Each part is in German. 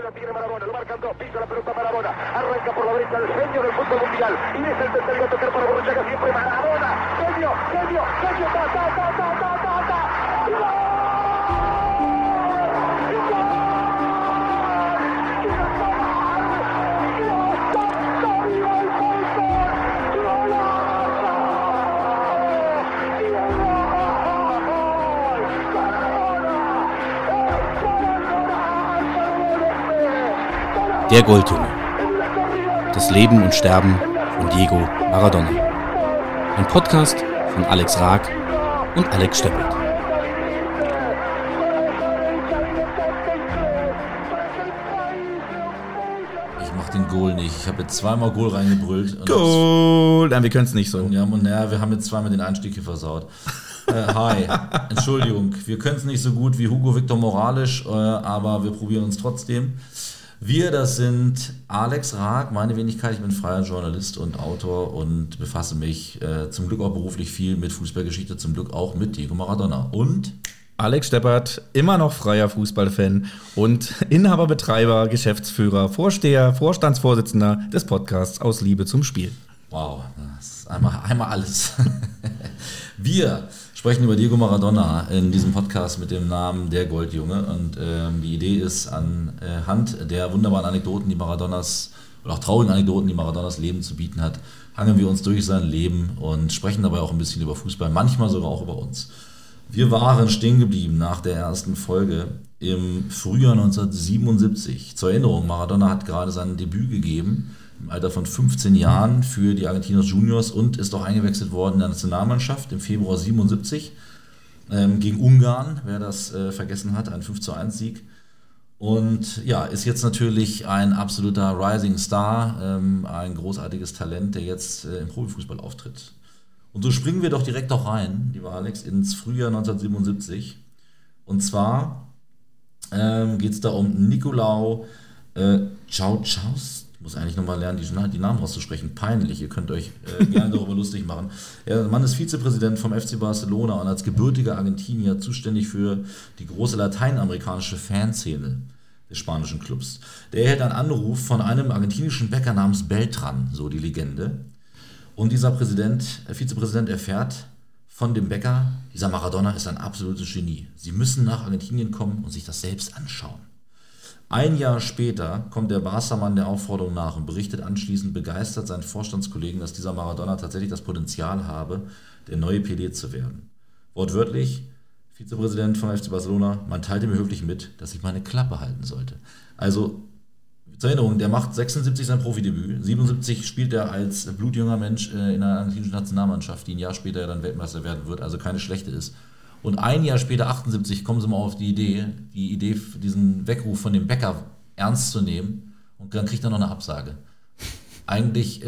la tiene Maradona, lo marcan dos, pisa la pelota Maradona, arranca por la derecha el genio del fútbol mundial, y es el tercero a tocar para Borruchaga, siempre Maradona, genio, Der Goldjunge. Das Leben und Sterben von Diego Maradona. Ein Podcast von Alex Raag und Alex Steppert. Ich mach den Goal nicht. Ich habe jetzt zweimal Goal reingebrüllt. Goal! Nein, wir können es nicht so. Ja, wir haben jetzt zweimal den Einstieg hier versaut. Hi, Entschuldigung. Wir können es nicht so gut wie Hugo Victor Morales, aber wir probieren uns trotzdem. Wir, das sind Alex Raag, meine Wenigkeit, ich bin freier Journalist und Autor und befasse mich zum Glück auch beruflich viel mit Fußballgeschichte, zum Glück auch mit Diego Maradona. Und Alex Steppert, immer noch freier Fußballfan und Inhaber, Betreiber, Geschäftsführer, Vorsteher, Vorstandsvorsitzender des Podcasts Aus Liebe zum Spiel. Wow, das ist einmal alles. Wir sprechen über Diego Maradona in diesem Podcast mit dem Namen Der Goldjunge und die Idee ist, anhand der wunderbaren Anekdoten, die Maradonas, oder auch traurigen Anekdoten, die Maradonas Leben zu bieten hat, hangeln wir uns durch sein Leben und sprechen dabei auch ein bisschen über Fußball, manchmal sogar auch über uns. Wir waren stehen geblieben nach der ersten Folge im Frühjahr 1977. Zur Erinnerung, Maradona hat gerade sein Debüt gegeben, im Alter von 15 Jahren für die Argentinos Juniors und ist auch eingewechselt worden in der Nationalmannschaft im Februar 77 gegen Ungarn, wer das vergessen hat, ein 5:1 Sieg. Und ja, ist jetzt natürlich ein absoluter Rising Star, ein großartiges Talent, der jetzt im Profifußball auftritt. Und so springen wir doch direkt auch rein, lieber Alex, ins Frühjahr 1977. Und zwar geht es da um Nicolau Ceaușescu. Ich muss eigentlich nochmal lernen, die Namen auszusprechen. Peinlich, ihr könnt euch gerne darüber lustig machen. Der Mann ist Vizepräsident vom FC Barcelona und als gebürtiger Argentinier zuständig für die große lateinamerikanische Fanszene des spanischen Clubs. Der erhält einen Anruf von einem argentinischen Bäcker namens Beltran, so die Legende. Und dieser Vizepräsident erfährt von dem Bäcker, dieser Maradona ist ein absolutes Genie. Sie müssen nach Argentinien kommen und sich das selbst anschauen. Ein Jahr später kommt der Barca-Mann der Aufforderung nach und berichtet anschließend begeistert seinen Vorstandskollegen, dass dieser Maradona tatsächlich das Potenzial habe, der neue Pelé zu werden. Wortwörtlich, Vizepräsident von FC Barcelona, man teilte mir höflich mit, dass ich meine Klappe halten sollte. Also, zur Erinnerung, der macht 76 sein Profidebüt, 77 spielt er als blutjunger Mensch in einer argentinischen Nationalmannschaft, die ein Jahr später dann Weltmeister werden wird, also keine schlechte ist. Und ein Jahr später, 78, kommen sie mal auf die Idee, diesen Weckruf von dem Bäcker ernst zu nehmen und dann kriegt er noch eine Absage. Eigentlich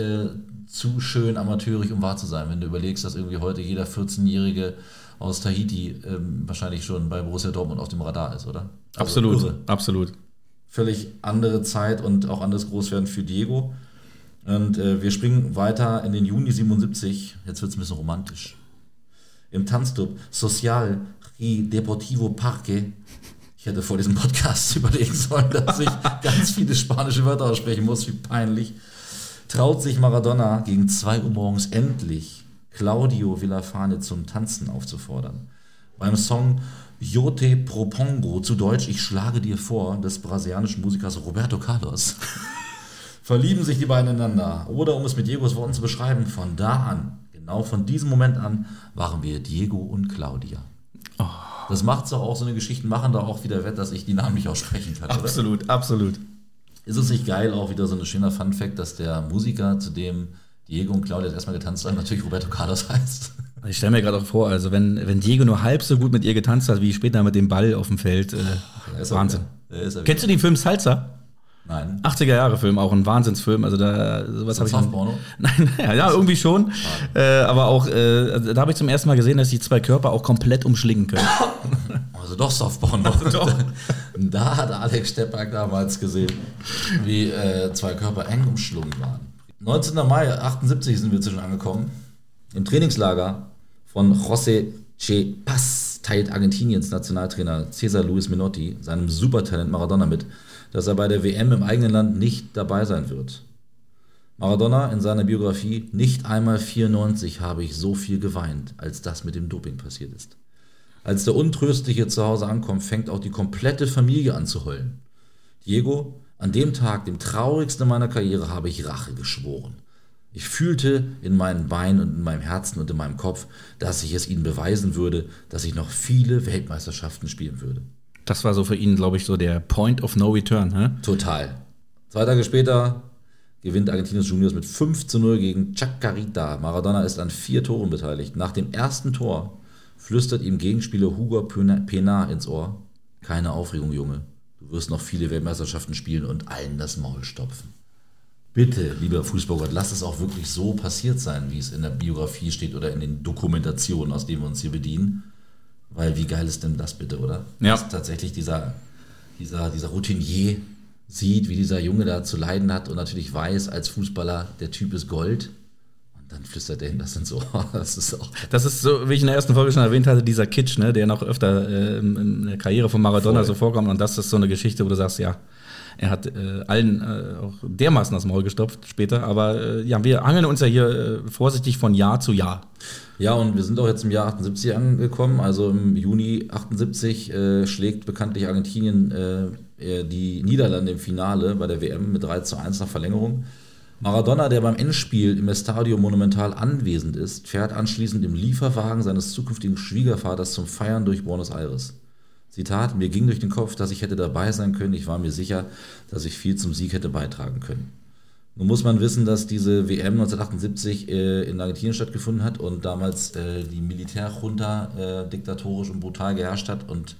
zu schön amateurig, um wahr zu sein, wenn du überlegst, dass irgendwie heute jeder 14-Jährige aus Tahiti wahrscheinlich schon bei Borussia Dortmund auf dem Radar ist, oder? Also Absolut. Völlig andere Zeit und auch anderes Großwerden für Diego. Und wir springen weiter in den Juni 77, jetzt wird es ein bisschen romantisch. Im Tanzclub Social y Deportivo Parque. Ich hätte vor diesem Podcast überlegen sollen, dass ich ganz viele spanische Wörter aussprechen muss, wie peinlich. Traut sich Maradona gegen 2 Uhr morgens endlich Claudio Villafane zum Tanzen aufzufordern. Beim Song Yo te propongo, zu Deutsch Ich schlage dir vor, des brasilianischen Musikers Roberto Carlos, verlieben sich die beiden ineinander. Oder um es mit Diegos Worten zu beschreiben, von da an, genau von diesem Moment an, waren wir Diego und Claudia. Oh. Das macht so auch, so eine Geschichte machen da auch wieder wett, dass ich die Namen nicht aussprechen kann. Absolut, oder? Absolut. Ist es nicht geil, auch wieder so ein schöner Funfact, dass der Musiker, zu dem Diego und Claudia erstmal getanzt haben, natürlich Roberto Carlos heißt. Ich stelle mir gerade auch vor, also wenn Diego nur halb so gut mit ihr getanzt hat, wie später mit dem Ball auf dem Feld, Wahnsinn. Kennst du den Film Salsa? Nein. 80er-Jahre-Film, auch ein Wahnsinnsfilm. Also da sowas habe ich. Softporno? Nein, ja, irgendwie schon. Aber auch, da habe ich zum ersten Mal gesehen, dass die 2 Körper auch komplett umschlingen können. Also doch Softporno. Doch. Da hat Alex Steppert damals gesehen, wie 2 Körper eng umschlungen waren. 19. Mai 78 sind wir inzwischen angekommen. Im Trainingslager von José Che Paz teilt Argentiniens Nationaltrainer César Luis Menotti seinem Supertalent Maradona mit, dass er bei der WM im eigenen Land nicht dabei sein wird. Maradona in seiner Biografie: nicht einmal 94 habe ich so viel geweint, als das mit dem Doping passiert ist. Als der Untröstliche zu Hause ankommt, fängt auch die komplette Familie an zu heulen. Diego: an dem Tag, dem traurigsten meiner Karriere, habe ich Rache geschworen. Ich fühlte in meinen Beinen und in meinem Herzen und in meinem Kopf, dass ich es ihnen beweisen würde, dass ich noch viele Weltmeisterschaften spielen würde. Das war so für ihn, glaube ich, so der Point of No Return. Hä? Total. 2 Tage später gewinnt Argentinos Juniors mit 5:0 gegen Chacarita. Maradona ist an 4 Toren beteiligt. Nach dem ersten Tor flüstert ihm Gegenspieler Hugo Pena ins Ohr: keine Aufregung, Junge. Du wirst noch viele Weltmeisterschaften spielen und allen das Maul stopfen. Bitte, lieber Fußballgott, lass es auch wirklich so passiert sein, wie es in der Biografie steht oder in den Dokumentationen, aus denen wir uns hier bedienen. Weil wie geil ist denn das bitte, oder? Ja. Dass tatsächlich dieser Routinier sieht, wie dieser Junge da zu leiden hat und natürlich weiß als Fußballer, der Typ ist Gold. Und dann flüstert er ihm das ins Ohr. Das ist so, wie ich in der ersten Folge schon erwähnt hatte, dieser Kitsch, ne, der noch öfter in der Karriere von Maradona so vorkommt. Und das ist so eine Geschichte, wo du sagst, ja, er hat allen auch dermaßen das Maul gestopft später. Aber wir hangeln uns ja hier vorsichtig von Jahr zu Jahr. Ja, und wir sind auch jetzt im Jahr 78 angekommen. Also im Juni 78 schlägt bekanntlich Argentinien die Niederlande im Finale bei der WM mit 3:1 nach Verlängerung. Maradona, der beim Endspiel im Estadio Monumental anwesend ist, fährt anschließend im Lieferwagen seines zukünftigen Schwiegervaters zum Feiern durch Buenos Aires. Zitat: mir ging durch den Kopf, dass ich hätte dabei sein können. Ich war mir sicher, dass ich viel zum Sieg hätte beitragen können. Nun muss man wissen, dass diese WM 1978 in Argentinien stattgefunden hat und damals die Militärjunta diktatorisch und brutal geherrscht hat und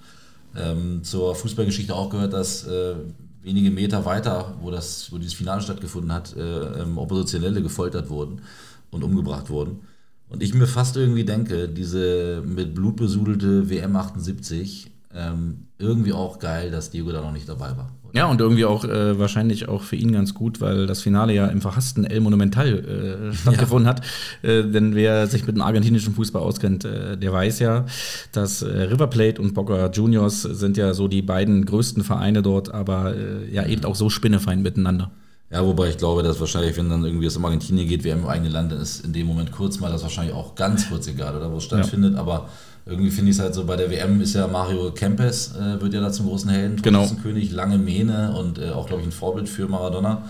zur Fußballgeschichte auch gehört, dass wenige Meter weiter, wo dieses Finale stattgefunden hat, Oppositionelle gefoltert wurden und umgebracht wurden. Und ich mir fast irgendwie denke, diese mit Blut besudelte WM 78, irgendwie auch geil, dass Diego da noch nicht dabei war. Oder? Ja, und irgendwie auch wahrscheinlich auch für ihn ganz gut, weil das Finale ja im verhassten El Monumental stattgefunden hat. Denn wer sich mit dem argentinischen Fußball auskennt, der weiß ja, dass River Plate und Boca Juniors sind ja so die beiden größten Vereine dort, aber eben auch so spinnefein miteinander. Ja, wobei ich glaube, dass wahrscheinlich, wenn dann irgendwie es um Argentinien geht, WM im eigenen Land, dann ist in dem Moment kurz mal das wahrscheinlich auch ganz kurz egal, oder wo es stattfindet, aber irgendwie finde ich es halt so, bei der WM ist ja Mario Kempes, wird ja da zum großen Helden, Torschützenkönig, lange Mähne und auch, glaube ich, ein Vorbild für Maradona.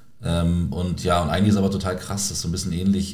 Und eigentlich ist aber total krass, das ist so ein bisschen ähnlich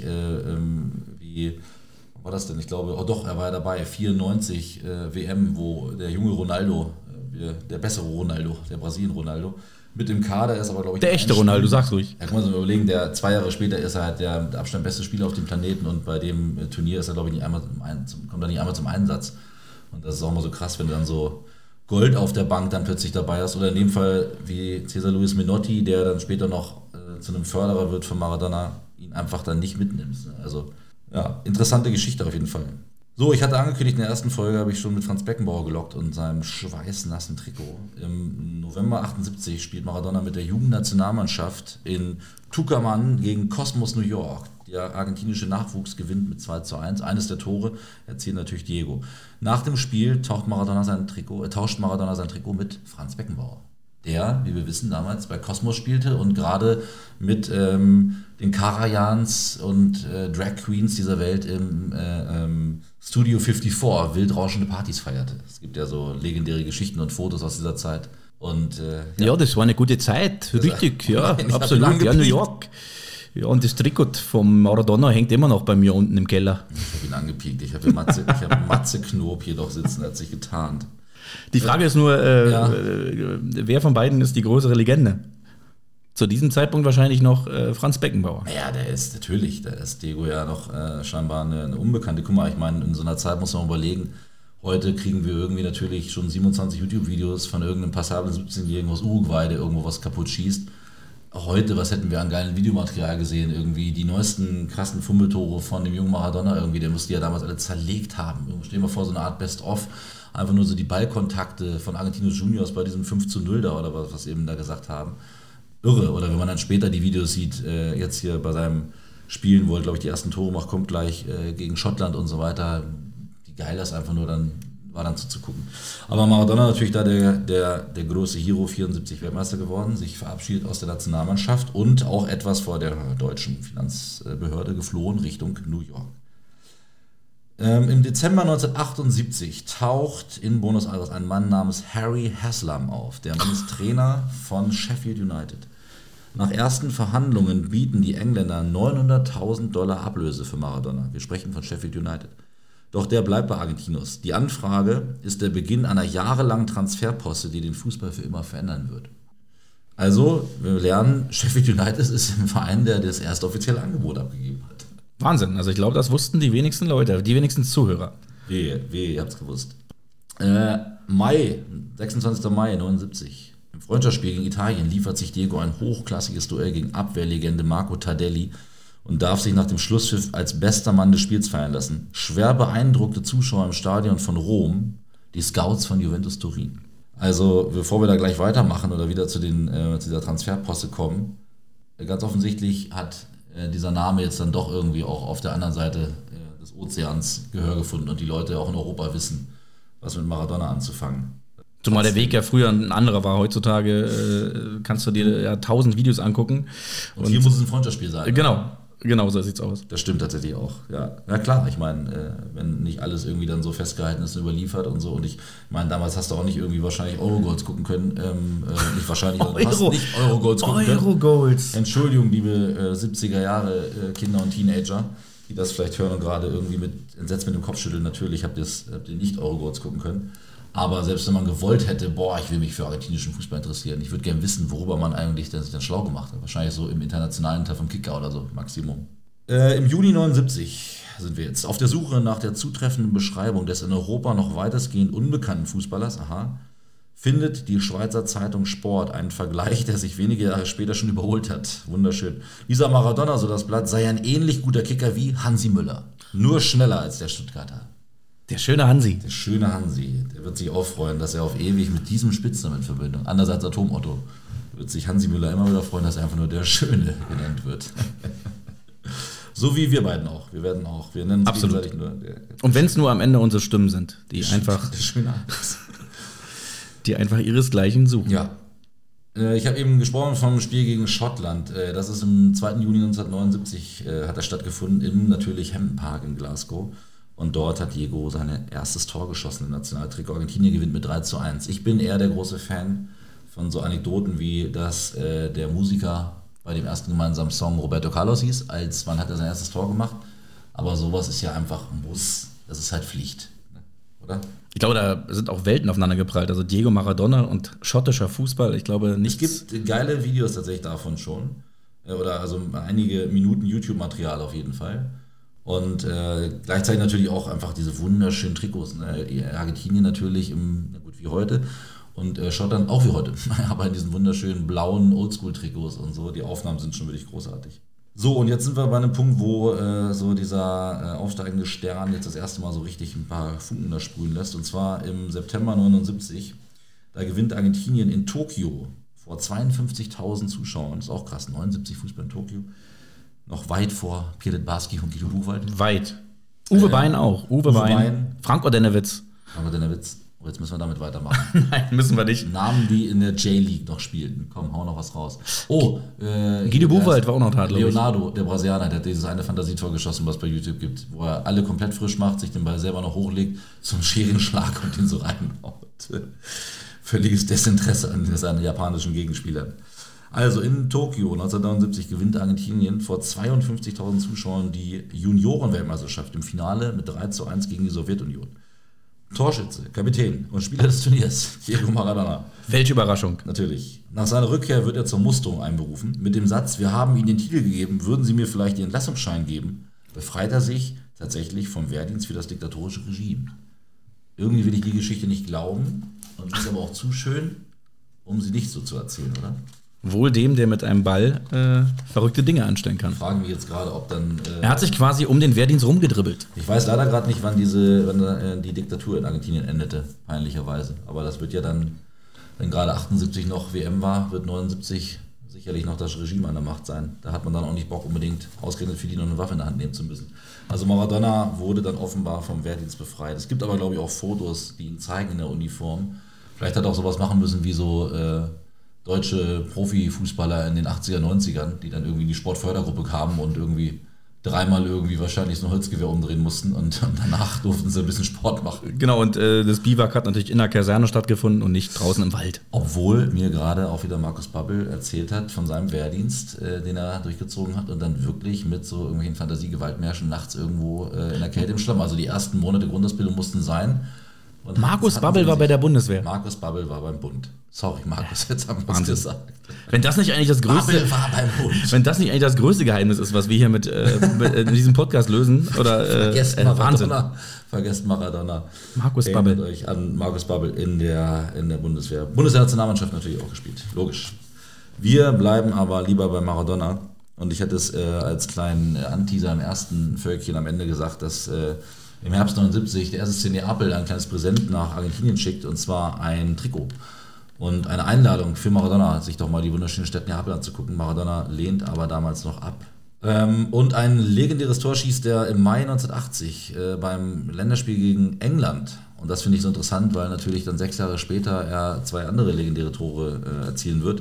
wie, was war das denn? Ich glaube, er war ja dabei, 94 WM, wo der junge Ronaldo, der bessere Ronaldo, der Brasilien-Ronaldo, mit im Kader ist, aber glaube ich... Der echte Ronaldo, sag's ruhig. Ja, kann man sich mal überlegen, 2 Jahre später ist er halt der mit Abstand beste Spieler auf dem Planeten und bei dem Turnier ist er, glaube ich, kommt er nicht einmal zum Einsatz. Und das ist auch mal so krass, wenn du dann so Gold auf der Bank dann plötzlich dabei hast. Oder in dem Fall wie César Luis Menotti, der dann später noch zu einem Förderer wird von Maradona, ihn einfach dann nicht mitnimmt. Also, ja, interessante Geschichte auf jeden Fall. So, ich hatte angekündigt, in der ersten Folge habe ich schon mit Franz Beckenbauer gelockt und seinem schweißnassen Trikot. Im November 78 spielt Maradona mit der Jugendnationalmannschaft in Tucumán gegen Cosmos New York. Der argentinische Nachwuchs gewinnt mit 2:1. Eines der Tore erzielt natürlich Diego. Nach dem Spiel tauscht Maradona sein Trikot mit Franz Beckenbauer, der, wie wir wissen, damals bei Cosmos spielte und gerade mit den Karajans und Drag Queens dieser Welt im Studio 54 wildrauschende Partys feierte. Es gibt ja so legendäre Geschichten und Fotos aus dieser Zeit. Und, ja, das war eine gute Zeit, richtig, ja, absolut, ja, New York. Ja, und das Trikot vom Maradona hängt immer noch bei mir unten im Keller. Ich habe ihn angepiekt, ich habe Matze Knob hier doch sitzen, er hat sich getarnt. Die Frage ist nur, wer von beiden ist die größere Legende? Zu diesem Zeitpunkt wahrscheinlich noch Franz Beckenbauer. Ja, da ist Diego ja noch scheinbar eine Unbekannte. Guck mal, ich meine, in so einer Zeit muss man überlegen, heute kriegen wir irgendwie natürlich schon 27 YouTube-Videos von irgendeinem passablen 17-Jährigen aus Uruguay, der irgendwo was kaputt schießt. Heute, was hätten wir an geilen Videomaterial gesehen? Irgendwie die neuesten krassen Fummeltore von dem jungen Maradona irgendwie, der musste ja damals alle zerlegt haben. Stell dir mal vor, so eine Art Best-of, einfach nur so die Ballkontakte von Argentinos Juniors bei diesem 5:0 da oder was eben da gesagt haben. Irre. Oder wenn man dann später die Videos sieht, jetzt hier bei seinem Spielen, wo er, glaube ich, die ersten Tore macht, kommt gleich gegen Schottland und so weiter, wie geil das einfach nur dann war dann zuzugucken. Aber Maradona natürlich da der große Hero, 74 Weltmeister geworden, sich verabschiedet aus der Nationalmannschaft und auch etwas vor der deutschen Finanzbehörde geflohen Richtung New York. Im Dezember 1978 taucht in Buenos Aires ein Mann namens Harry Haslam auf. Der Mann ist Trainer von Sheffield United. Nach ersten Verhandlungen bieten die Engländer $900.000 Ablöse für Maradona. Wir sprechen von Sheffield United. Doch der bleibt bei Argentinos. Die Anfrage ist der Beginn einer jahrelangen Transferposse, die den Fußball für immer verändern wird. Also, wir lernen, Sheffield United ist ein Verein, der das erste offizielle Angebot abgegeben hat. Wahnsinn, also ich glaube, das wussten die wenigsten Leute, die wenigsten Zuhörer. Ihr habt's gewusst. 26. Mai 79. Im Freundschaftsspiel gegen Italien liefert sich Diego ein hochklassiges Duell gegen Abwehrlegende Marco Tardelli und darf sich nach dem Schlusspfiff als bester Mann des Spiels feiern lassen. Schwer beeindruckte Zuschauer im Stadion von Rom, die Scouts von Juventus Turin. Also, bevor wir da gleich weitermachen oder wieder zu dieser Transferposse kommen, ganz offensichtlich hat dieser Name jetzt dann doch irgendwie auch auf der anderen Seite des Ozeans Gehör gefunden und die Leute auch in Europa wissen, was mit Maradona anzufangen. Zumal der Weg ja früher ein anderer war. Heutzutage kannst du dir ja 1000 Videos angucken. Und hier muss es ein Freundschaftsspiel sein. Genau so sieht's aus. Das stimmt tatsächlich auch, ja. Na klar, ich meine, wenn nicht alles irgendwie dann so festgehalten ist und überliefert und so. Und ich meine, damals hast du auch nicht irgendwie wahrscheinlich Eurogoals gucken können. Nicht wahrscheinlich, du hast nicht Eurogoals gucken können. Eurogoals. Entschuldigung, liebe 70er Jahre Kinder und Teenager, die das vielleicht hören und gerade irgendwie entsetzt mit dem Kopf schütteln. Natürlich habt ihr nicht Eurogoals gucken können. Aber selbst wenn man gewollt hätte, ich will mich für argentinischen Fußball interessieren, ich würde gerne wissen, worüber man eigentlich sich dann schlau gemacht hat. Wahrscheinlich so im internationalen Teil vom Kicker oder so, Maximum. Im Juni 79 sind wir jetzt auf der Suche nach der zutreffenden Beschreibung des in Europa noch weitestgehend unbekannten Fußballers, findet die Schweizer Zeitung Sport einen Vergleich, der sich wenige Jahre später schon überholt hat. Wunderschön. Dieser Maradona, so das Blatt, sei ein ähnlich guter Kicker wie Hansi Müller. Nur schneller als der Stuttgarter. Der schöne Hansi. Der schöne Hansi. Der wird sich auch freuen, dass er auf ewig mit diesem Spitznamen in Verbindung, anders als Atom-Otto, wird sich Hansi Müller immer wieder freuen, dass er einfach nur der Schöne genannt wird. So wie wir beiden auch. Wir nennen uns gegenseitig nur und wenn es nur am Ende unsere Stimmen sind, die einfach ihresgleichen suchen. Ja. Ich habe eben gesprochen vom Spiel gegen Schottland. Das ist am 2. Juni 1979 hat das stattgefunden, im natürlich Hampden Park in Glasgow. Und dort hat Diego sein erstes Tor geschossen im Nationaltrikot. Argentinien gewinnt mit 3:1. Ich bin eher der große Fan von so Anekdoten wie, dass der Musiker bei dem ersten gemeinsamen Song Roberto Carlos hieß, als wann hat er sein erstes Tor gemacht. Aber sowas ist ja einfach ein Muss. Das ist halt Pflicht. Oder? Ich glaube, da sind auch Welten aufeinander geprallt. Also Diego Maradona und schottischer Fußball, ich glaube nicht. Es gibt geile Videos tatsächlich davon schon. Oder also einige Minuten YouTube-Material auf jeden Fall. Und gleichzeitig natürlich auch einfach diese wunderschönen Trikots. Argentinien natürlich wie heute und Schottland auch wie heute. Aber in diesen wunderschönen blauen Oldschool-Trikots und so. Die Aufnahmen sind schon wirklich großartig. So, und jetzt sind wir bei einem Punkt, wo so dieser aufsteigende Stern jetzt das erste Mal so richtig ein paar Funken da sprühen lässt. Und zwar im September 79. Da gewinnt Argentinien in Tokio vor 52.000 Zuschauern. Das ist auch krass, 79 Fußball in Tokio. Noch weit vor Pierre Barski und Guido Buchwald. Weit. Uwe Bein auch. Uwe Bein. Frank Odenewitz. Oh, jetzt müssen wir damit weitermachen. Nein, müssen wir nicht. Namen, die in der J-League noch spielten. Komm, hau noch was raus. Guido Buchwald war auch noch da, Leonardo, der Brasilianer, der hat dieses eine Fantasietor geschossen, was es bei YouTube gibt, wo er alle komplett frisch macht, sich den Ball selber noch hochlegt, zum Scherenschlag und den so reinhaut. Völliges Desinteresse an seinen japanischen Gegenspielern. Also in Tokio 1979 gewinnt Argentinien vor 52.000 Zuschauern die Juniorenweltmeisterschaft im Finale mit 3:1 gegen die Sowjetunion. Torschütze, Kapitän und Spieler des Turniers, Diego Maradona. Welche Überraschung. Natürlich. Nach seiner Rückkehr wird er zur Musterung einberufen. Mit dem Satz, wir haben Ihnen den Titel gegeben, würden Sie mir vielleicht den Entlassungsschein geben, befreit er sich tatsächlich vom Wehrdienst für das diktatorische Regime. Irgendwie will ich die Geschichte nicht glauben und ist aber auch zu schön, um sie nicht so zu erzählen, oder? Wohl dem, der mit einem Ball verrückte Dinge anstellen kann. Fragen wir jetzt gerade, ob dann... er hat sich quasi um den Wehrdienst rumgedribbelt. Ich weiß leider gerade nicht, wann die Diktatur in Argentinien endete, peinlicherweise. Aber das wird ja dann, wenn gerade 78 noch WM war, wird 79 sicherlich noch das Regime an der Macht sein. Da hat man dann auch nicht Bock, unbedingt ausgerechnet für die noch eine Waffe in der Hand nehmen zu müssen. Also Maradona wurde dann offenbar vom Wehrdienst befreit. Es gibt aber, glaube ich, auch Fotos, die ihn zeigen in der Uniform. Vielleicht hat er auch sowas machen müssen wie so deutsche Profifußballer in den 80er, 90ern, die dann irgendwie die Sportfördergruppe kamen und irgendwie dreimal irgendwie wahrscheinlich so ein Holzgewehr umdrehen mussten und danach durften sie ein bisschen Sport machen. Genau, und das Biwak hat natürlich in der Kaserne stattgefunden und nicht draußen im Wald. Obwohl mir gerade auch wieder Markus Babbel erzählt hat von seinem Wehrdienst, den er durchgezogen hat und dann wirklich mit so irgendwelchen Fantasiegewaltmärschen nachts irgendwo in der Kälte im Schlamm. Also die ersten Monate Grundausbildung mussten sein. Und Markus Babbel war bei der Bundeswehr. Markus Babbel war beim Bund. Sorry, Markus, jetzt haben wir es gesagt. Wenn das nicht eigentlich das größte, Babbel war beim Bund. Wenn das nicht eigentlich das größte Geheimnis ist, was wir hier mit diesem Podcast lösen, oder Vergesst Wahnsinn. Vergesst Maradona. Markus Erinnert Babbel. euch an Markus Babbel in der Bundeswehr. Bundeswehr-Nationalmannschaft natürlich auch gespielt, logisch. Wir bleiben aber lieber bei Maradona. Und ich hatte es als kleinen Anteaser im ersten Völkchen am Ende gesagt, dass im Herbst 79 der SSC Neapel ein kleines Präsent nach Argentinien schickt, und zwar ein Trikot. Und eine Einladung für Maradona, sich doch mal die wunderschöne Stadt Neapel anzugucken. Maradona lehnt aber damals noch ab. Und ein legendäres Tor schießt er im Mai 1980 beim Länderspiel gegen England. Und das finde ich so interessant, weil natürlich dann 6 Jahre später er 2 andere legendäre Tore erzielen wird.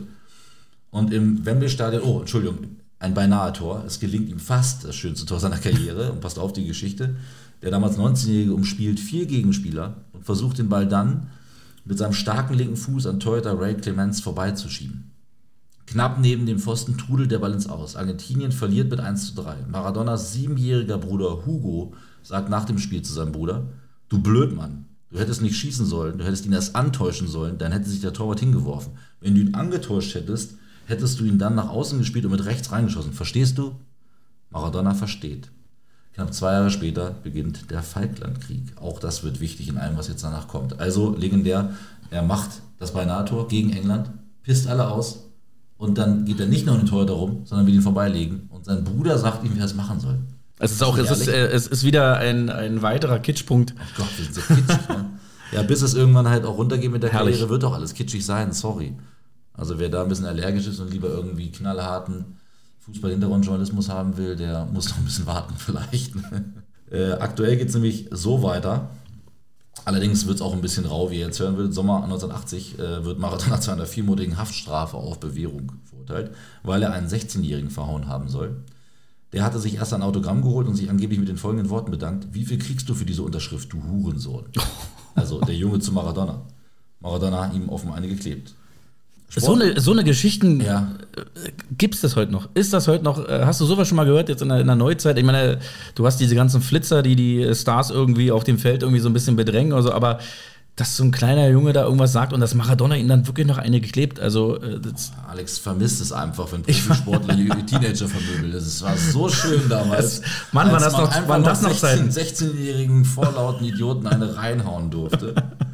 Und im Wembley-Stadion, ein beinahe Tor. Es gelingt ihm fast das schönste Tor seiner Karriere. Und passt auf die Geschichte. Der damals 19-Jährige umspielt 4 Gegenspieler und versucht den Ball dann mit seinem starken linken Fuß an Torhüter Ray Clemence vorbeizuschieben. Knapp neben dem Pfosten trudelt der Ball ins Aus. Argentinien verliert mit 1:3. Maradonas 7-jähriger Bruder Hugo sagt nach dem Spiel zu seinem Bruder: Du Blödmann, du hättest nicht schießen sollen, du hättest ihn erst antäuschen sollen, dann hätte sich der Torwart hingeworfen. Wenn du ihn angetäuscht hättest, hättest du ihn dann nach außen gespielt und mit rechts reingeschossen. Verstehst du? Maradona versteht. Knapp 2 Jahre später beginnt der Falklandkrieg. Auch das wird wichtig in allem, was jetzt danach kommt. Also legendär, er macht das Beinahe-Tor gegen England, pisst alle aus und dann geht er nicht nur in den Torhüter rum, sondern will ihn vorbeilegen. Und sein Bruder sagt ihm, wie er es machen soll. Es ist wieder ein weiterer Kitschpunkt. Oh Gott, wir sind so kitschig, ne? Ja, bis es irgendwann halt auch runtergeht mit der Herrlich. Karriere, wird doch alles kitschig sein, sorry. Also wer da ein bisschen allergisch ist und lieber irgendwie knallharten Fußball-Hintergrundjournalismus haben will, der muss noch ein bisschen warten vielleicht. Aktuell geht es nämlich so weiter. Allerdings wird es auch ein bisschen rau, wie ihr jetzt hören würdet. Sommer 1980 wird Maradona zu einer 4-monatigen Haftstrafe auf Bewährung verurteilt, weil er einen 16-Jährigen verhauen haben soll. Der hatte sich erst ein Autogramm geholt und sich angeblich mit den folgenden Worten bedankt: Wie viel kriegst du für diese Unterschrift, du Hurensohn? Also der Junge zu Maradona. Maradona ihm offen eine geklebt. So eine Geschichten Ja. Gibt es das heute noch? Ist das heute noch? Hast du sowas schon mal gehört jetzt in der Neuzeit? Ich meine, du hast diese ganzen Flitzer, die Stars irgendwie auf dem Feld irgendwie so ein bisschen bedrängen, also, aber dass so ein kleiner Junge da irgendwas sagt und dass Maradona ihm dann wirklich noch eine geklebt, also Alex vermisst es einfach, wenn Profisportler die Teenager vermöbeln. Das war so schön damals. Mann, als waren das noch Zeiten. 16-jährigen vorlauten Idioten eine reinhauen durfte.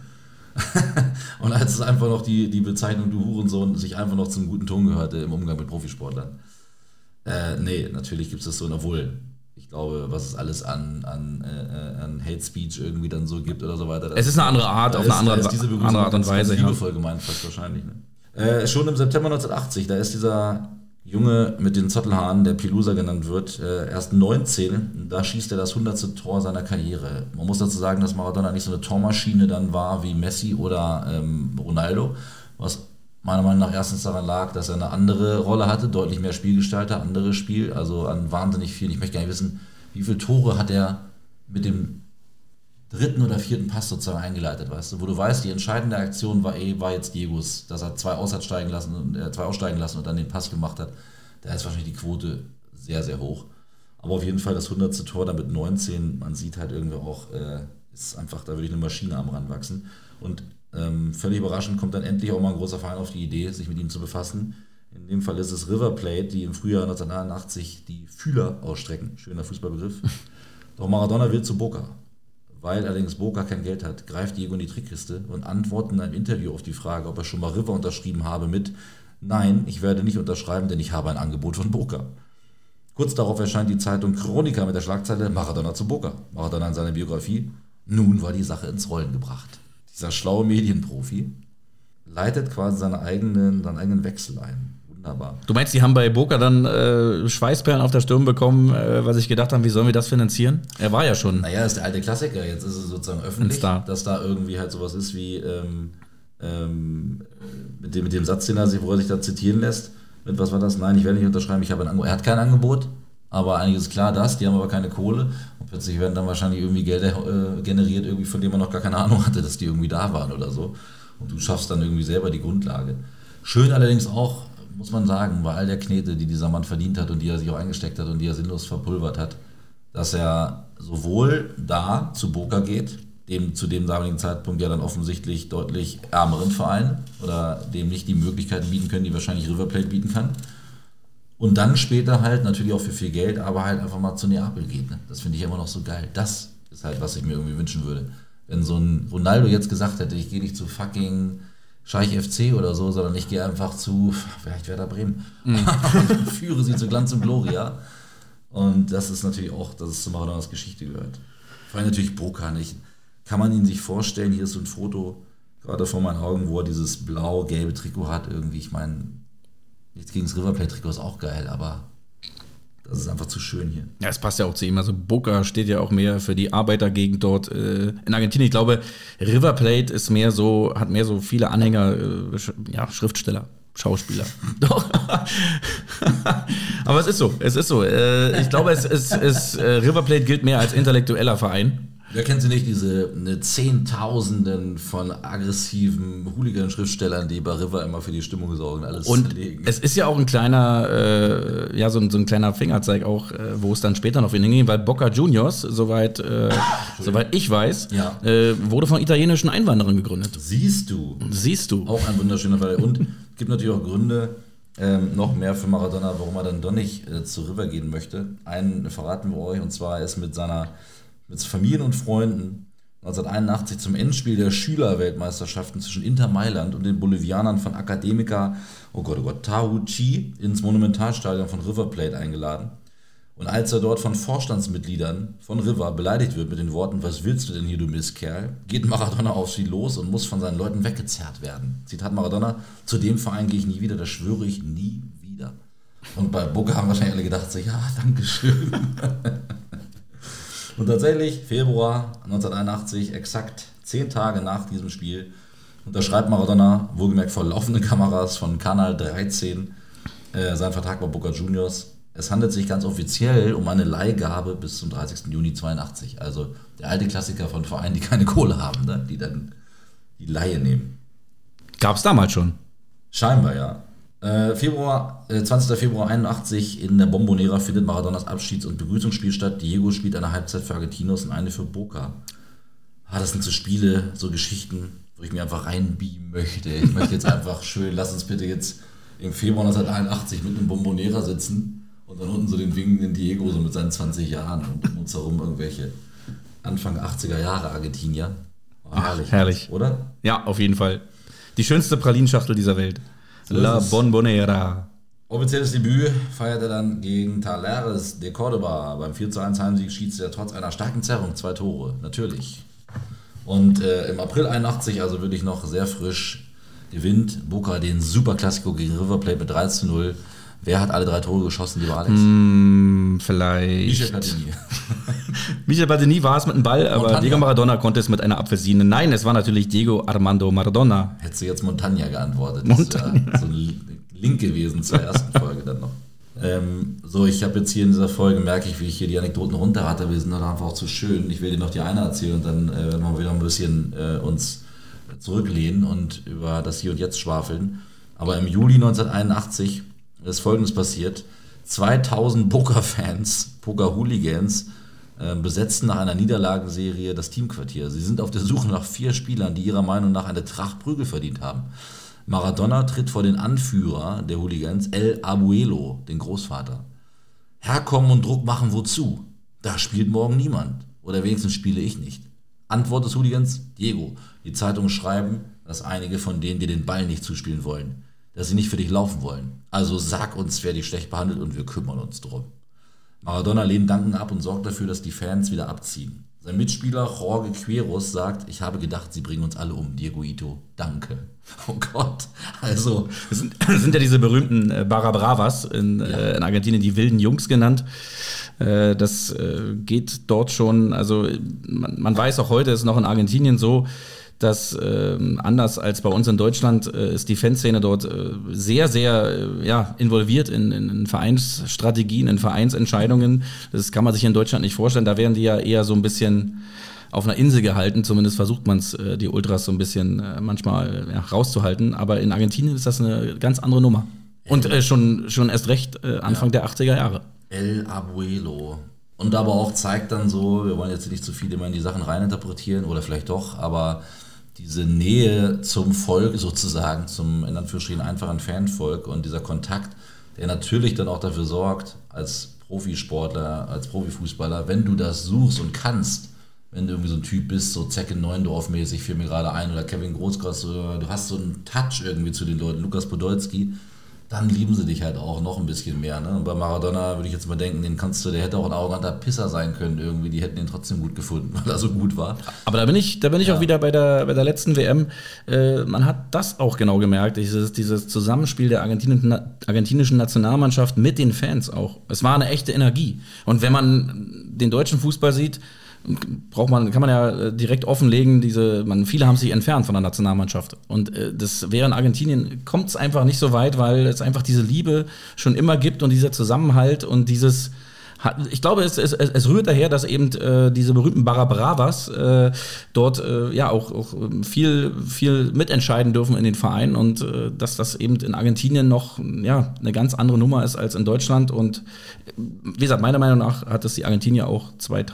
Und als es einfach noch die Bezeichnung du Hurensohn sich einfach noch zum guten Ton gehörte im Umgang mit Profisportlern. Nee, natürlich gibt es das so, obwohl ich glaube, was es alles an Hate Speech irgendwie dann so gibt oder so weiter. Es ist eine andere Art, auf eine andere Art und Weise. Liebevoll gemeint fast wahrscheinlich. Ne? Schon im September 1980, da ist dieser Junge mit den Zottelhaaren, der Pelusa genannt wird, erst 19, da schießt er das 100. Tor seiner Karriere. Man muss dazu sagen, dass Maradona nicht so eine Tormaschine dann war wie Messi oder Ronaldo, was meiner Meinung nach erstens daran lag, dass er eine andere Rolle hatte, deutlich mehr Spielgestalter, anderes Spiel, also an wahnsinnig vielen. Ich möchte gar nicht wissen, wie viele Tore hat er mit dem 3. oder 4. Pass sozusagen eingeleitet, weißt du, wo du weißt, die entscheidende Aktion war jetzt Diegos, dass er 2 aussteigen lassen und dann den Pass gemacht hat. Da ist wahrscheinlich die Quote sehr, sehr hoch. Aber auf jeden Fall das 100. Tor dann mit 19, man sieht halt irgendwie auch, ist einfach, da würde ich eine Maschine am ranwachsen. Und völlig überraschend kommt dann endlich auch mal ein großer Verein auf die Idee, sich mit ihm zu befassen. In dem Fall ist es River Plate, die im Frühjahr 1981 die Fühler ausstrecken. Schöner Fußballbegriff. Doch Maradona will zu Boca. Weil allerdings Boca kein Geld hat, greift Diego in die Trickkiste und antwortet in einem Interview auf die Frage, ob er schon mal River unterschrieben habe, mit: Nein, ich werde nicht unterschreiben, denn ich habe ein Angebot von Boca. Kurz darauf erscheint die Zeitung Chronica mit der Schlagzeile: Maradona zu Boca. Maradona in seiner Biografie: Nun war die Sache ins Rollen gebracht. Dieser schlaue Medienprofi leitet quasi seinen eigenen Wechsel ein. Wunderbar. Du meinst, die haben bei Boca dann Schweißperlen auf der Stirn bekommen, weil sich gedacht haben, wie sollen wir das finanzieren? Er war ja schon. Naja, ist der alte Klassiker. Jetzt ist es sozusagen öffentlich, dass da irgendwie halt sowas ist wie mit dem Satz, wo er sich da zitieren lässt. Mit was war das? Nein, ich werde nicht unterschreiben, ich habe ein Angebot. Er hat kein Angebot, aber einiges ist klar, die haben aber keine Kohle. Und plötzlich werden dann wahrscheinlich irgendwie Gelder generiert, irgendwie, von denen man noch gar keine Ahnung hatte, dass die irgendwie da waren oder so. Und du schaffst dann irgendwie selber die Grundlage. Schön allerdings auch, muss man sagen, bei all der Knete, die dieser Mann verdient hat und die er sich auch eingesteckt hat und die er sinnlos verpulvert hat, dass er sowohl da zu Boca geht, dem zu dem damaligen Zeitpunkt ja dann offensichtlich deutlich ärmeren Verein oder dem nicht die Möglichkeiten bieten können, die wahrscheinlich River Plate bieten kann. Und dann später halt natürlich auch für viel Geld, aber halt einfach mal zu Neapel geht. Ne? Das finde ich immer noch so geil. Das ist halt, was ich mir irgendwie wünschen würde. Wenn so ein Ronaldo jetzt gesagt hätte, ich gehe nicht zu fucking Scheich FC oder so, sondern ich gehe einfach zu, vielleicht Werder Bremen, und führe sie zu Glanz und Gloria. Und das ist natürlich auch, dass es zu Maradonas Geschichte gehört. Vor allem natürlich Boca nicht. Kann man ihn sich vorstellen, hier ist so ein Foto, gerade vor meinen Augen, wo er dieses blau-gelbe Trikot hat, irgendwie, ich meine, nichts gegen das River Plate-Trikot ist auch geil, aber das ist einfach zu schön hier. Ja, es passt ja auch zu ihm. Also Boca steht ja auch mehr für die Arbeitergegend dort in Argentinien. Ich glaube, River Plate ist hat mehr so viele Anhänger, Schriftsteller, Schauspieler. Doch. Aber es ist so. Ich glaube, River Plate gilt mehr als intellektueller Verein. Wer kennt sie nicht, diese Zehntausenden von aggressiven Hooligan-Schriftstellern, die bei River immer für die Stimmung sorgen, alles und zerlegen. Es ist ja auch ein kleiner, so ein kleiner Fingerzeig auch, wo es dann später noch hinging, weil Boca Juniors, soweit ich weiß, wurde von italienischen Einwanderern gegründet. Siehst du. Auch ein wunderschöner Fall. Und es gibt natürlich auch Gründe, noch mehr für Maradona, warum er dann doch nicht zu River gehen möchte. Einen verraten wir euch, und zwar ist mit Familien und Freunden 1981 zum Endspiel der Schülerweltmeisterschaften zwischen Inter Mailand und den Bolivianern von Académica Tahuchi ins Monumentalstadion von River Plate eingeladen. Und als er dort von Vorstandsmitgliedern von River beleidigt wird mit den Worten, was willst du denn hier, du Mistkerl, geht Maradona auf sie los und muss von seinen Leuten weggezerrt werden. Zitat Maradona, zu dem Verein gehe ich nie wieder, das schwöre ich nie wieder. Und bei Boca haben wahrscheinlich alle gedacht, so, ja, dankeschön. Und tatsächlich, Februar 1981, exakt 10 Tage nach diesem Spiel, unterschreibt Maradona, wohlgemerkt vor laufenden Kameras von Kanal 13, seinen Vertrag bei Boca Juniors. Es handelt sich ganz offiziell um eine Leihgabe bis zum 30. Juni 82. Also der alte Klassiker von Vereinen, die keine Kohle haben, ne? Die dann die Leihe nehmen. Gab es damals schon? Scheinbar, ja. 20. Februar 81 in der Bombonera findet Maradonas Abschieds- und Begrüßungsspiel statt. Diego spielt eine Halbzeit für Argentinos und eine für Boca. Das sind so Spiele, so Geschichten, wo ich mir einfach reinbeamen möchte. Ich möchte jetzt einfach schön, lass uns bitte jetzt im Februar 1981 mit einem Bombonera sitzen und dann unten so den winkenden Diego so mit seinen 20 Jahren und um uns herum irgendwelche Anfang 80er Jahre Argentinier. Herrlich. Oder? Ja, auf jeden Fall. Die schönste Pralinschachtel dieser Welt. La Bombonera. Offizielles Debüt feiert er dann gegen Talleres de Córdoba. Beim 4:1 Heimsieg schießt er trotz einer starken Zerrung 2 Tore. Natürlich. Und im April 81, also wirklich noch sehr frisch, gewinnt Boca den Superklassiko gegen River Plate mit 3:0. Wer hat alle 3 Tore geschossen, lieber Alex? Vielleicht. Michel Platini. Michel Platini war es mit dem Ball, aber Montagna. Diego Maradona konnte es mit einer Apfelsine. Nein, es war natürlich Diego Armando Maradona. Hättest du jetzt Montagna geantwortet. Das wäre so ein Link gewesen zur ersten Folge dann noch. Ich habe jetzt hier in dieser Folge, merke ich, wie ich hier die Anekdoten runterrate. Wir sind dann einfach auch zu schön. Ich will dir noch die eine erzählen und dann werden wir wieder ein bisschen uns zurücklehnen und über das Hier und Jetzt schwafeln. Aber im Juli 1981 ist Folgendes passiert. 2000 Boca-Fans, Boca-Hooligans, besetzten nach einer Niederlagenserie das Teamquartier. Sie sind auf der Suche nach 4 Spielern, die ihrer Meinung nach eine Tracht Prügel verdient haben. Maradona tritt vor den Anführer der Hooligans, El Abuelo, den Großvater. Herkommen und Druck machen wozu? Da spielt morgen niemand. Oder wenigstens spiele ich nicht. Antwort des Hooligans, Diego. Die Zeitungen schreiben, dass einige von denen dir den Ball nicht zuspielen wollen. Dass sie nicht für dich laufen wollen. Also sag uns, wer dich schlecht behandelt und wir kümmern uns drum. Maradona lehnt Danken ab und sorgt dafür, dass die Fans wieder abziehen. Sein Mitspieler Jorge Queiroz sagt, ich habe gedacht, sie bringen uns alle um. Diego Ito, danke. Oh Gott. Also. Das sind ja diese berühmten Barra Bravas in Argentinien, die wilden Jungs genannt. Das geht dort schon, also man weiß auch heute, ist noch in Argentinien so, dass anders als bei uns in Deutschland ist die Fanszene dort sehr, sehr involviert in Vereinsstrategien, in Vereinsentscheidungen. Das kann man sich in Deutschland nicht vorstellen. Da werden die ja eher so ein bisschen auf einer Insel gehalten. Zumindest versucht man es, die Ultras so ein bisschen manchmal rauszuhalten. Aber in Argentinien ist das eine ganz andere Nummer. Und schon erst recht Anfang der 80er Jahre. El Abuelo. Und aber auch zeigt dann so, wir wollen jetzt nicht zu viel immer in die Sachen reininterpretieren oder vielleicht doch, aber diese Nähe zum Volk sozusagen, zum in Anführungsstrichen einfachen Fanvolk und dieser Kontakt, der natürlich dann auch dafür sorgt, als Profisportler, als Profifußballer, wenn du das suchst und kannst, wenn du irgendwie so ein Typ bist, so Zeck in Neuendorf-mäßig, fiel mir gerade ein, oder Kevin Großkreuz, oder du hast so einen Touch irgendwie zu den Leuten, Lukas Podolski, dann lieben sie dich halt auch noch ein bisschen mehr. Ne? Und bei Maradona würde ich jetzt mal denken, der hätte auch ein arroganter Pisser sein können irgendwie, die hätten ihn trotzdem gut gefunden, weil er so gut war. Aber da bin ich auch wieder bei der letzten WM. Man hat das auch genau gemerkt, dieses Zusammenspiel der argentinischen Nationalmannschaft mit den Fans auch. Es war eine echte Energie. Und wenn man den deutschen Fußball sieht, kann man ja direkt offenlegen, viele haben sich entfernt von der Nationalmannschaft. Und das wäre in Argentinien, kommt es einfach nicht so weit, weil es einfach diese Liebe schon immer gibt und dieser Zusammenhalt und ich glaube, es rührt daher, dass eben diese berühmten Barra Bravas dort auch viel mitentscheiden dürfen in den Vereinen und dass das eben in Argentinien noch eine ganz andere Nummer ist als in Deutschland. Und wie gesagt, meiner Meinung nach hat es die Argentinier auch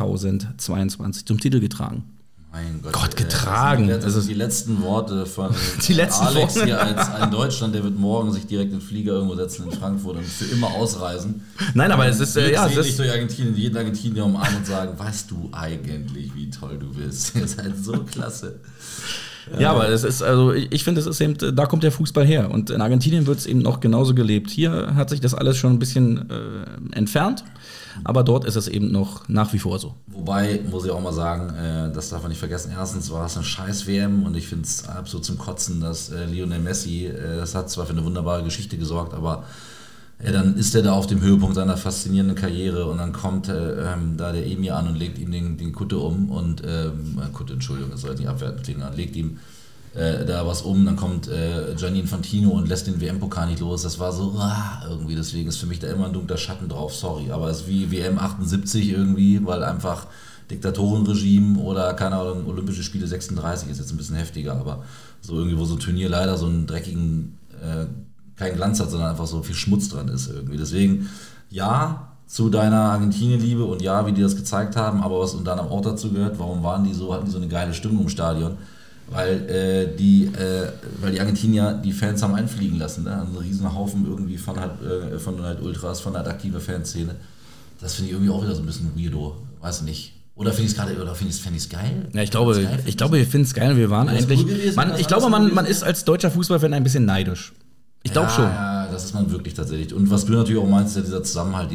2022 zum Titel getragen. Mein Gott, getragen. Das sind die letzten Worte von Alex hier als ein Deutschland, der wird morgen sich direkt in den Flieger irgendwo setzen in Frankfurt und für immer ausreisen. Nein, aber es ist durch Argentinien, jeden Argentinier umarmen und sagen, weißt du eigentlich, wie toll du bist? Ihr seid so klasse. Ja, aber ich finde, es ist eben, da kommt der Fußball her. Und in Argentinien wird es eben noch genauso gelebt. Hier hat sich das alles schon ein bisschen entfernt. Aber dort ist es eben noch nach wie vor so. Wobei, muss ich auch mal sagen, das darf man nicht vergessen, erstens war es eine scheiß WM und ich finde es absolut zum Kotzen, dass Lionel Messi, das hat zwar für eine wunderbare Geschichte gesorgt, aber dann ist er da auf dem Höhepunkt seiner faszinierenden Karriere und dann kommt da der Emir an und legt ihm den Kutte um und Kutte, Entschuldigung, das soll jetzt nicht abwertend klingen, legt ihm da was um, dann kommt Gianni Infantino und lässt den WM-Pokal nicht los. Das war so irgendwie, deswegen ist für mich da immer ein dunkler Schatten drauf, sorry. Aber es ist wie WM 78 irgendwie, weil einfach Diktatorenregime oder, keine Ahnung, Olympische Spiele 36 ist jetzt ein bisschen heftiger, aber so irgendwie, wo so ein Turnier leider so einen dreckigen, keinen Glanz hat, sondern einfach so viel Schmutz dran ist irgendwie. Deswegen, ja, zu deiner Argentinien-Liebe und ja, wie die das gezeigt haben, aber was unter anderem auch dazu gehört, warum hatten die so eine geile Stimmung im Stadion? Weil die Argentinier die Fans haben einfliegen lassen, ne? Also ein riesen Haufen irgendwie von Ultras, von halt aktiver Fanszene. Das finde ich irgendwie auch wieder so ein bisschen weirdo, weiß nicht. Oder finde ich es geil? Ja, ich glaube, wir finden es geil. Wir waren eigentlich. Man ist als deutscher Fußballfan ein bisschen neidisch. Ich glaube schon. Ja, das ist man wirklich tatsächlich. Und was du natürlich auch meinst, ist ja dieser Zusammenhalt,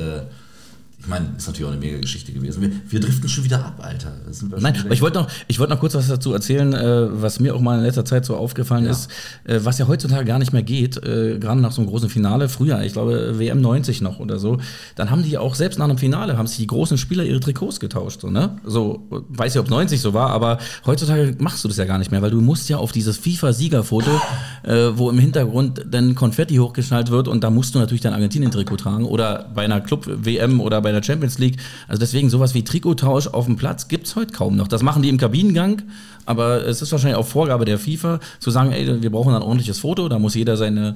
ich meine, ist natürlich auch eine mega Geschichte gewesen. Wir driften schon wieder ab, Alter. Nein, aber ich wollte noch kurz was dazu erzählen, was mir auch mal in letzter Zeit so aufgefallen ist, was ja heutzutage gar nicht mehr geht, gerade nach so einem großen Finale. Früher, ich glaube WM 90 noch oder so, dann haben die auch, selbst nach einem Finale, haben sich die großen Spieler ihre Trikots getauscht. So, ne? So, weiß ja, ob 90 so war, aber heutzutage machst du das ja gar nicht mehr, weil du musst ja auf dieses FIFA-Siegerfoto, wo im Hintergrund dann Konfetti hochgeschnallt wird und da musst du natürlich dein Argentinien-Trikot tragen oder bei einer Club-WM oder bei der Champions League. Also deswegen sowas wie Trikottausch auf dem Platz gibt es heute kaum noch. Das machen die im Kabinengang, aber es ist wahrscheinlich auch Vorgabe der FIFA, zu sagen, ey, wir brauchen ein ordentliches Foto, da muss jeder sein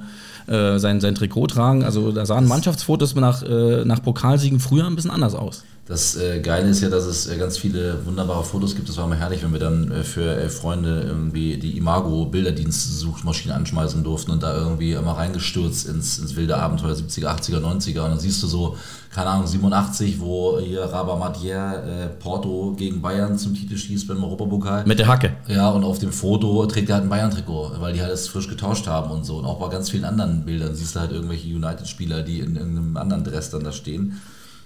Trikot tragen. Also da sahen Mannschaftsfotos nach Pokalsiegen früher ein bisschen anders aus. Das Geile ist ja, dass es ganz viele wunderbare Fotos gibt. Das war mal herrlich, wenn wir dann für 11 Freunde irgendwie die Imago-Bilderdienst-Suchmaschine anschmeißen durften und da irgendwie immer reingestürzt ins wilde Abenteuer 70er, 80er, 90er. Und dann siehst du so, keine Ahnung, 87, wo hier Rabat Matier Porto gegen Bayern zum Titel schießt beim Europapokal. Mit der Hacke. Ja, und auf dem Foto trägt er halt ein Bayern-Trikot, weil die halt das frisch getauscht haben und so. Und auch bei ganz vielen anderen Bildern siehst du halt irgendwelche United-Spieler, die in irgendeinem anderen Dress dann da stehen.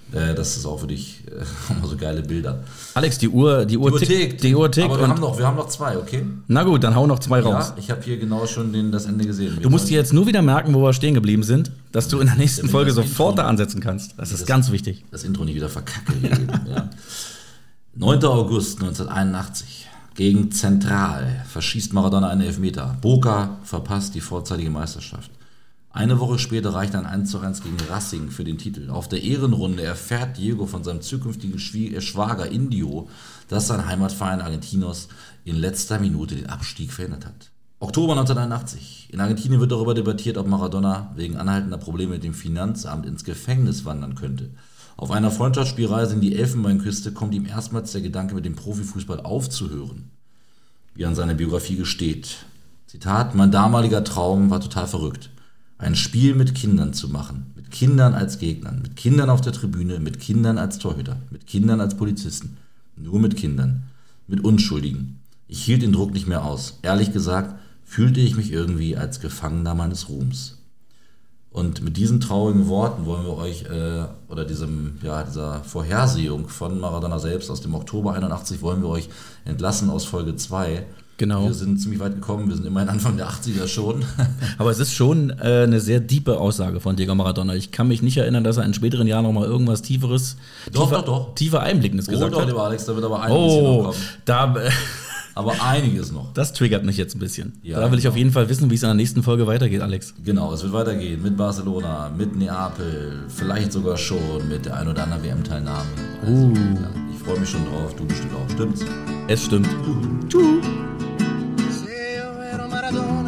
Das ist auch für dich immer so geile Bilder. Alex, die Uhr tickt. Aber wir haben noch 2, okay? Na gut, dann hau noch 2 raus. Ja, ich habe hier genau schon das Ende gesehen. Du musst dir jetzt nur wieder merken, wo wir stehen geblieben sind, dass du in der nächsten Folge sofort da ansetzen kannst. Das ist ganz wichtig. Das Intro nicht wieder verkacke. Ja. 9. August 1981. Gegen Central verschießt Maradona einen Elfmeter. Boca verpasst die vorzeitige Meisterschaft. Eine Woche später reicht ein 1:1 gegen Racing für den Titel. Auf der Ehrenrunde erfährt Diego von seinem zukünftigen Schwager Indio, dass sein Heimatverein Argentinos in letzter Minute den Abstieg verhindert hat. Oktober 1981. In Argentinien wird darüber debattiert, ob Maradona wegen anhaltender Probleme mit dem Finanzamt ins Gefängnis wandern könnte. Auf einer Freundschaftsspielreise in die Elfenbeinküste kommt ihm erstmals der Gedanke, mit dem Profifußball aufzuhören. Wie er an seiner Biografie gesteht. Zitat: Mein damaliger Traum war total verrückt. Ein Spiel mit Kindern zu machen, mit Kindern als Gegnern, mit Kindern auf der Tribüne, mit Kindern als Torhüter, mit Kindern als Polizisten, nur mit Kindern, mit Unschuldigen. Ich hielt den Druck nicht mehr aus. Ehrlich gesagt fühlte ich mich irgendwie als Gefangener meines Ruhms. Und mit diesen traurigen Worten wollen wir euch, dieser Vorhersehung von Maradona selbst aus dem Oktober 81, wollen wir euch entlassen aus Folge 2. Genau. Wir sind ziemlich weit gekommen, wir sind immerhin Anfang der 80er schon. Aber es ist schon eine sehr tiefe Aussage von Diego Maradona. Ich kann mich nicht erinnern, dass er in späteren Jahren noch mal irgendwas Tieferes, tiefer Einblickendes gesagt hat. Lieber Alex, da wird aber einiges noch kommen. Aber einiges noch. Das triggert mich jetzt ein bisschen. Ja, da will ich auf jeden Fall wissen, wie es in der nächsten Folge weitergeht, Alex. Genau, es wird weitergehen mit Barcelona, mit Neapel, vielleicht sogar schon mit der ein oder anderen WM-Teilnahme. Also, ich freue mich schon drauf, du bestimmt auch. Stimmt's? Es stimmt. Se yo era Maradona